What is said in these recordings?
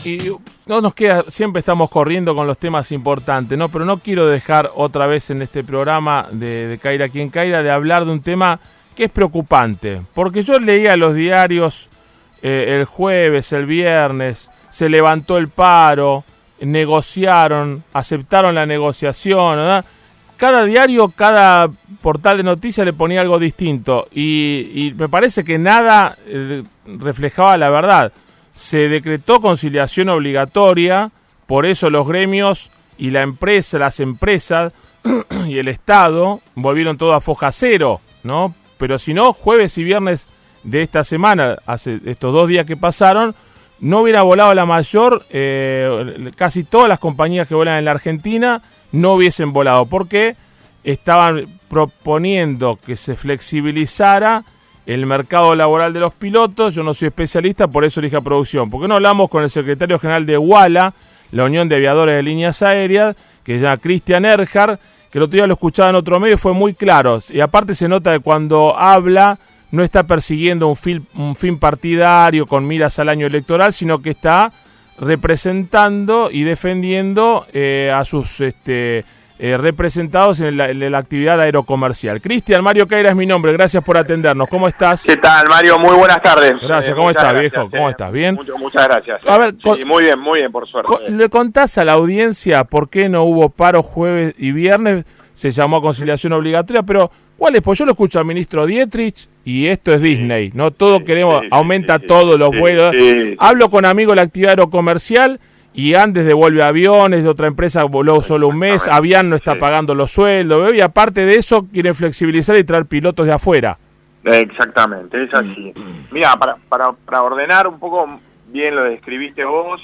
Y no nos queda, siempre estamos corriendo con los temas importantes, ¿no? Pero no quiero dejar otra vez en este programa de Caira quien Caira de hablar de un tema que es preocupante. Porque yo leía los diarios el jueves, el viernes, se levantó el paro, negociaron, aceptaron la negociación, ¿verdad? Cada diario, cada portal de noticias le ponía algo distinto y me parece que nada reflejaba la verdad. Se decretó conciliación obligatoria, por eso los gremios y las empresas y el Estado volvieron todo a foja cero, ¿no? Pero si no, jueves y viernes de esta semana, hace estos 2 días que pasaron, no hubiera volado la mayor, casi todas las compañías que vuelan en la Argentina no hubiesen volado, porque estaban proponiendo que se flexibilizara el mercado laboral de los pilotos. Yo no soy especialista, por eso dije a producción. ¿Por qué no hablamos con el secretario general de UALA, la Unión de Aviadores de Líneas Aéreas, que se llama Christian Erhard, que el otro día lo escuchaba en otro medio, fue muy claro. Y aparte se nota que cuando habla no está persiguiendo un fin partidario con miras al año electoral, sino que está representando y defendiendo a sus representados en la actividad aerocomercial. Cristian, Mario Caira es mi nombre, gracias por atendernos. ¿Cómo estás? ¿Qué tal, Mario? Muy buenas tardes. Gracias, ¿cómo estás, viejo? ¿Cómo estás? ¿Bien? Muchas gracias. A ver, sí, muy bien, por suerte. ¿Le contás a la audiencia por qué no hubo paro jueves y viernes? Se llamó a conciliación obligatoria, pero ¿cuál es? Pues yo lo escucho al ministro Dietrich y esto es Disney, ¿no? Todo queremos, aumenta todos los vuelos. Hablo con amigos de la actividad aerocomercial y Andes devuelve aviones, de otra empresa voló solo un mes, Avian no está pagando los sueldos, y aparte de eso quieren flexibilizar y traer pilotos de afuera. Exactamente, es así. Mira, para ordenar un poco, bien lo describiste vos,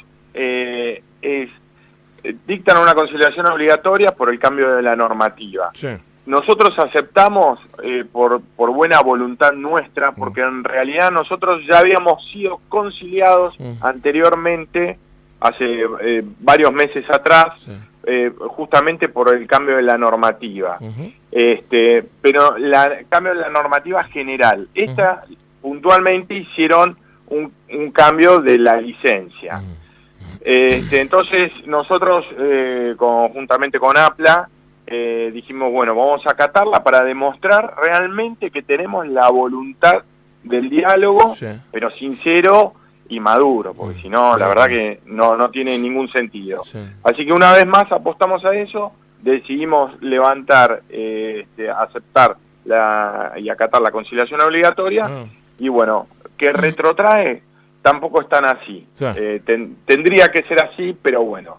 dictan una conciliación obligatoria por el cambio de la normativa. Sí. Nosotros aceptamos por buena voluntad nuestra, porque en realidad nosotros ya habíamos sido conciliados anteriormente, hace varios meses atrás, justamente por el cambio de la normativa. Pero el cambio de la normativa general. Esta puntualmente hicieron un cambio de la licencia. Entonces nosotros, conjuntamente con APLA, dijimos, bueno, vamos a acatarla para demostrar realmente que tenemos la voluntad del diálogo, pero sincero y maduro, porque si no, la verdad que no tiene ningún sentido. Así que una vez más apostamos a eso, decidimos levantar, aceptar y acatar la conciliación obligatoria, y bueno, que retrotrae, tampoco es tan así. Tendría que ser así, pero bueno.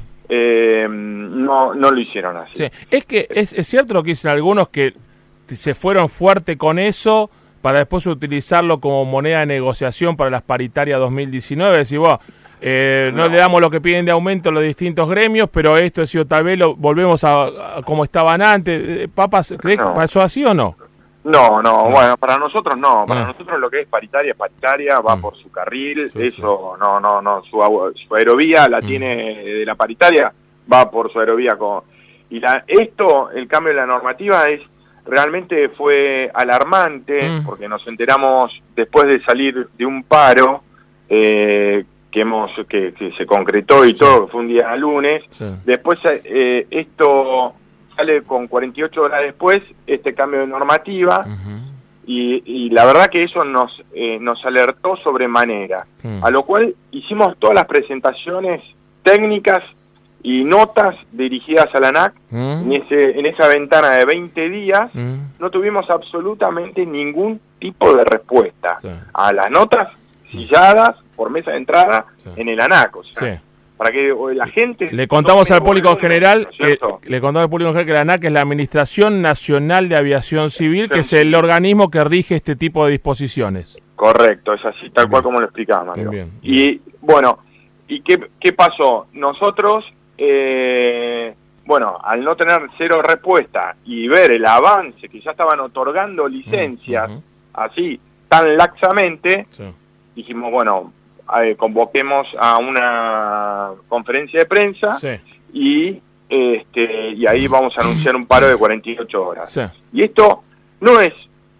No lo hicieron así. Sí. Es que es cierto lo que dicen algunos, que se fueron fuerte con eso para después utilizarlo como moneda de negociación para las paritarias 2019. Decir, no le damos lo que piden de aumento a los distintos gremios, pero esto ha sido, tal vez volvemos a como estaban antes. Papas, ¿crees que pasó así o no? No, bueno, para nosotros no. Para nosotros lo que es paritaria, va por su carril. Eso, no. Su aerovía la tiene de la paritaria, va por su aerovía. El cambio de la normativa realmente fue alarmante, porque nos enteramos después de salir de un paro que se concretó y todo, que fue un día lunes. Después esto sale con 48 horas después, este cambio de normativa, y la verdad que eso nos alertó sobremanera, a lo cual hicimos todas las presentaciones técnicas y notas dirigidas a la ANAC. En esa ventana de 20 días no tuvimos absolutamente ningún tipo de respuesta a las notas silladas por mesa de entrada en el ANAC, o sea, para que la gente... Le contamos al público en general que la ANAC es la Administración Nacional de Aviación Civil, que es el organismo que rige este tipo de disposiciones. Correcto, es así, tal cual como lo explicaba Mario. Bien. Y bueno, ¿y qué pasó? Nosotros, al no tener cero respuesta y ver el avance que ya estaban otorgando licencias así, tan laxamente, dijimos, bueno, convoquemos a una conferencia de prensa y ahí vamos a anunciar un paro de 48 horas. Y esto no es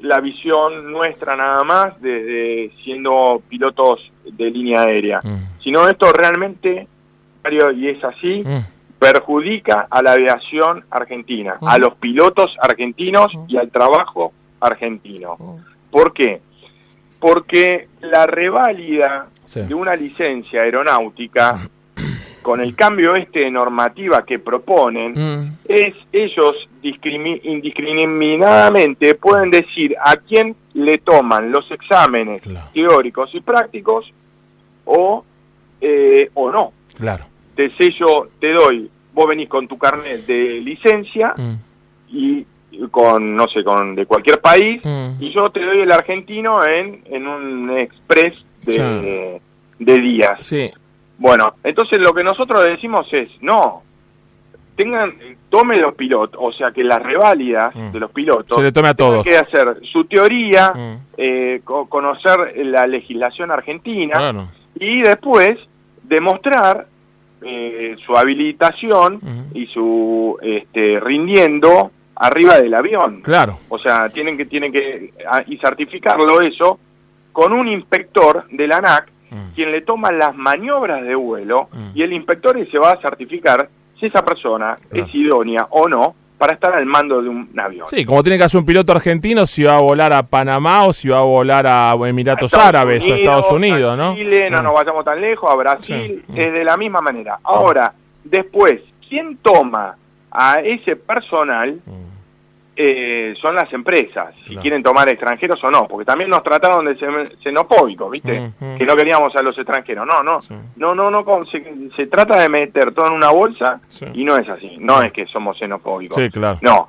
la visión nuestra nada más de siendo pilotos de línea aérea, sino esto realmente, y es así, perjudica a la aviación argentina, a los pilotos argentinos y al trabajo argentino. ¿Por qué? Porque la reválida de una licencia aeronáutica, con el cambio de normativa que proponen, ellos indiscriminadamente pueden decir a quién le toman los exámenes teóricos y prácticos o no. Claro. Te doy, vos venís con tu carnet de licencia y con, no sé, de cualquier país, y yo te doy el argentino en un express de días. Sí. Bueno, entonces lo que nosotros decimos es, no, tomen los pilotos, o sea que las reválidas de los pilotos se le tome a todos, que hacer su teoría, conocer la legislación argentina, y después demostrar su habilitación y su rindiendo arriba del avión. Claro. O sea, tienen que y certificarlo eso con un inspector de la ANAC, quien le toma las maniobras de vuelo, y el inspector se va a certificar si esa persona es idónea o no para estar al mando de un avión. Sí, como tiene que hacer un piloto argentino si va a volar a Panamá o si va a volar a Emiratos Árabes o Estados Unidos, ¿no? Chile, no nos vayamos tan lejos, a Brasil, es de la misma manera. Ahora, después, ¿quién toma a ese personal? Son las empresas, si quieren tomar extranjeros o no, porque también nos trataron de xenofóbicos, ¿viste? Que no queríamos a los extranjeros. Se trata de meter todo en una bolsa y no es así, no es que somos xenofóbicos. Sí, claro. No,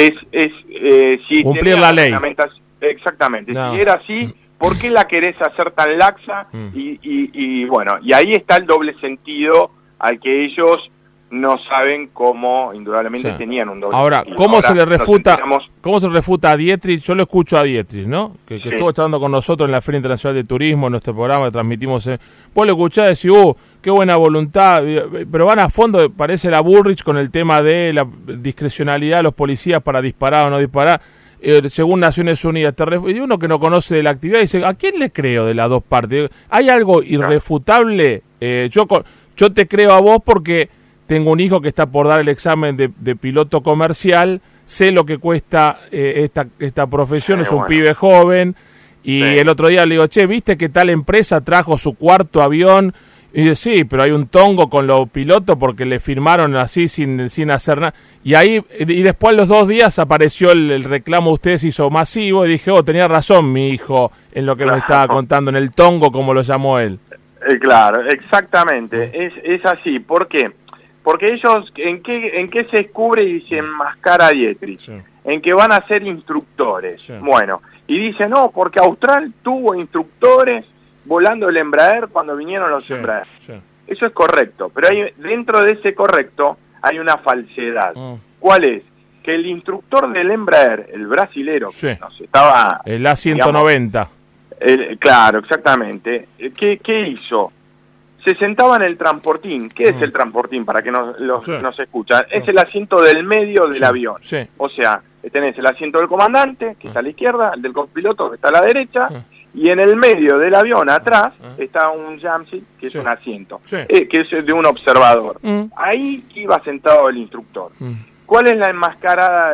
si cumplir la ley. Exactamente, si era así, ¿por qué la querés hacer tan laxa? Y bueno, y ahí está el doble sentido al que ellos no saben cómo, indudablemente tenían un doble Ahora, sentido. ¿cómo se le refuta a Dietrich? Yo lo escucho a Dietrich, ¿no? Que estuvo charlando con nosotros en la Feria Internacional de Turismo, en nuestro programa que transmitimos. Vos lo escuchás y decís, qué buena voluntad, pero van a fondo, parece la Bullrich con el tema de la discrecionalidad de los policías para disparar o no disparar. Según Naciones Unidas, y uno que no conoce de la actividad dice, ¿a quién le creo de las dos partes? ¿Hay algo irrefutable? Yo te creo a vos porque tengo un hijo que está por dar el examen de piloto comercial, sé lo que cuesta esta profesión, es un pibe joven, y el otro día le digo, ¿viste que tal empresa trajo su cuarto avión? Y dice, sí, pero hay un tongo con los pilotos porque le firmaron así sin hacer nada. Y después, a los 2 días, apareció el reclamo, ustedes hizo masivo, y dije, tenía razón mi hijo en lo que me estaba contando, en el tongo, como lo llamó él. Claro, exactamente, es así. ¿Por qué? Porque ellos, ¿en qué se descubre y se enmascara Dietrich? En que van a ser instructores. Bueno, y dice, no, porque Austral tuvo instructores volando el Embraer cuando vinieron los Embraer. Eso es correcto, pero dentro de ese correcto hay una falsedad. ¿Cuál es? Que el instructor del Embraer, el brasilero, que nos estaba... El A190. Claro, exactamente. ¿Qué hizo? Se sentaba en el transportín. ¿Qué es el transportín? Para que nos escuchan. Es el asiento del medio del avión. O sea, tenés el asiento del comandante, que está a la izquierda, el del copiloto, que está a la derecha, y en el medio del avión, atrás, está un jamseat, que es un asiento, que es de un observador. Ahí iba sentado el instructor. ¿Cuál es la enmascarada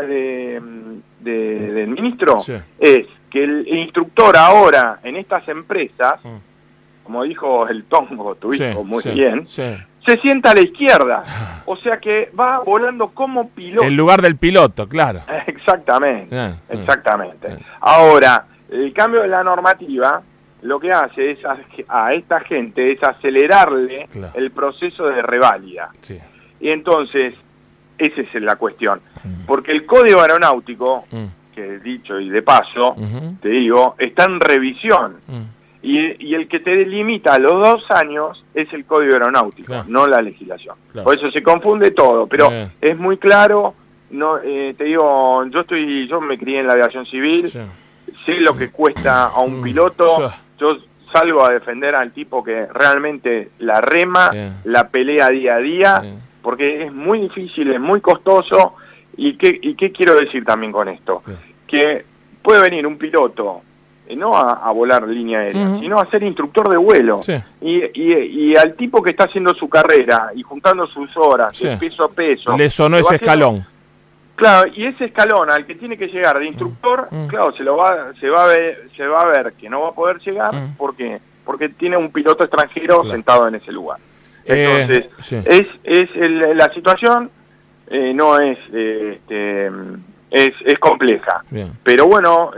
del ministro? Es que el instructor ahora, en estas empresas, como dijo el tongo, tu hijo, muy bien, se sienta a la izquierda. O sea que va volando como piloto. En lugar del piloto, claro. Exactamente, exactamente. Ahora, el cambio de la normativa lo que hace es a esta gente es acelerarle el proceso de reválida. Y entonces, esa es la cuestión. Porque el Código Aeronáutico, que dicho y de paso, te digo, está en revisión. Y el que te delimita a los 2 años es el Código Aeronáutico, no la legislación. Por eso se confunde todo, pero es muy claro. No, te digo, yo me crié en la aviación civil, sé lo que cuesta a un piloto, yo salgo a defender al tipo que realmente la rema, la pelea día a día, porque es muy difícil, es muy costoso. ¿Y qué quiero decir también con esto? Que puede venir un piloto, no a volar línea aérea, sino a ser instructor de vuelo. Sí. Y al tipo que está haciendo su carrera y juntando sus horas, de peso a peso... Le sonó ese escalón. Claro, y ese escalón al que tiene que llegar de instructor, claro, se va a ver que no va a poder llegar, porque tiene un piloto extranjero sentado en ese lugar. Entonces, la situación no es es compleja. Bien. Pero bueno,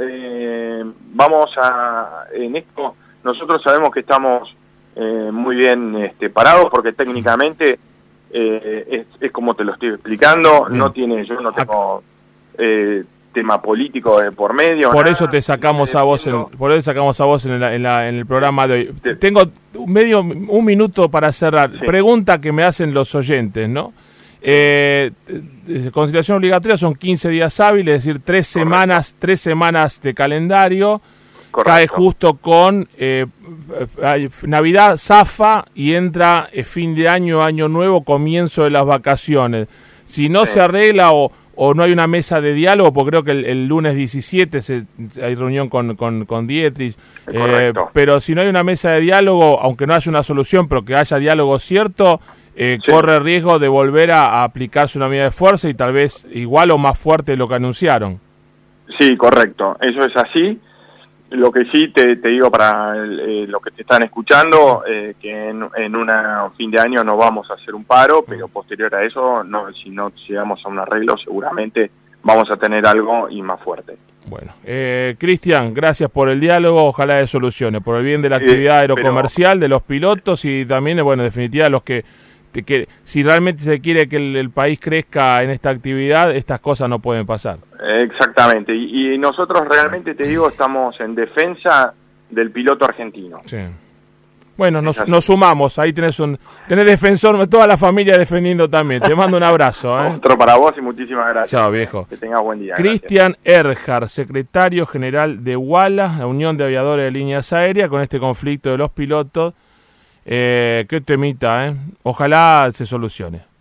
en esto nosotros sabemos que estamos muy bien parados, porque técnicamente es como te lo estoy explicando. Bien. Yo no tengo tema político por medio. Por eso te sacamos a vos en el programa de hoy. Tengo un minuto para cerrar. Sí. Pregunta que me hacen los oyentes, ¿no? Conciliación obligatoria son 15 días hábiles, es decir, 3 semanas de calendario. Correcto. Cae justo con Navidad, zafa y entra fin de año, año nuevo, comienzo de las vacaciones. Si no se arregla o no hay una mesa de diálogo, porque creo que el lunes 17 hay reunión con Dietrich, pero si no hay una mesa de diálogo, aunque no haya una solución, pero que haya diálogo cierto, corre riesgo de volver a aplicarse una medida de fuerza y tal vez igual o más fuerte de lo que anunciaron. Sí, correcto, eso es así. Lo que sí te digo para los que te están escuchando, que en una fin de año no vamos a hacer un paro, pero posterior a eso, si no llegamos a un arreglo, seguramente vamos a tener algo y más fuerte. Bueno, Cristian, gracias por el diálogo, ojalá de soluciones, por el bien de la actividad aerocomercial, de los pilotos y también, bueno, en definitiva, los que si realmente se quiere que el país crezca en esta actividad, estas cosas no pueden pasar. Exactamente, y nosotros realmente, te digo, estamos en defensa del piloto argentino. Sí. Bueno, nos sumamos, ahí tenés defensor, toda la familia defendiendo también. Te mando un abrazo. Otro para vos y muchísimas gracias. Chao, viejo. Que tengas buen día. Cristian Erhard, secretario general de UALA, la Unión de Aviadores de Líneas Aéreas, con este conflicto de los pilotos. Qué temita, ojalá se solucione.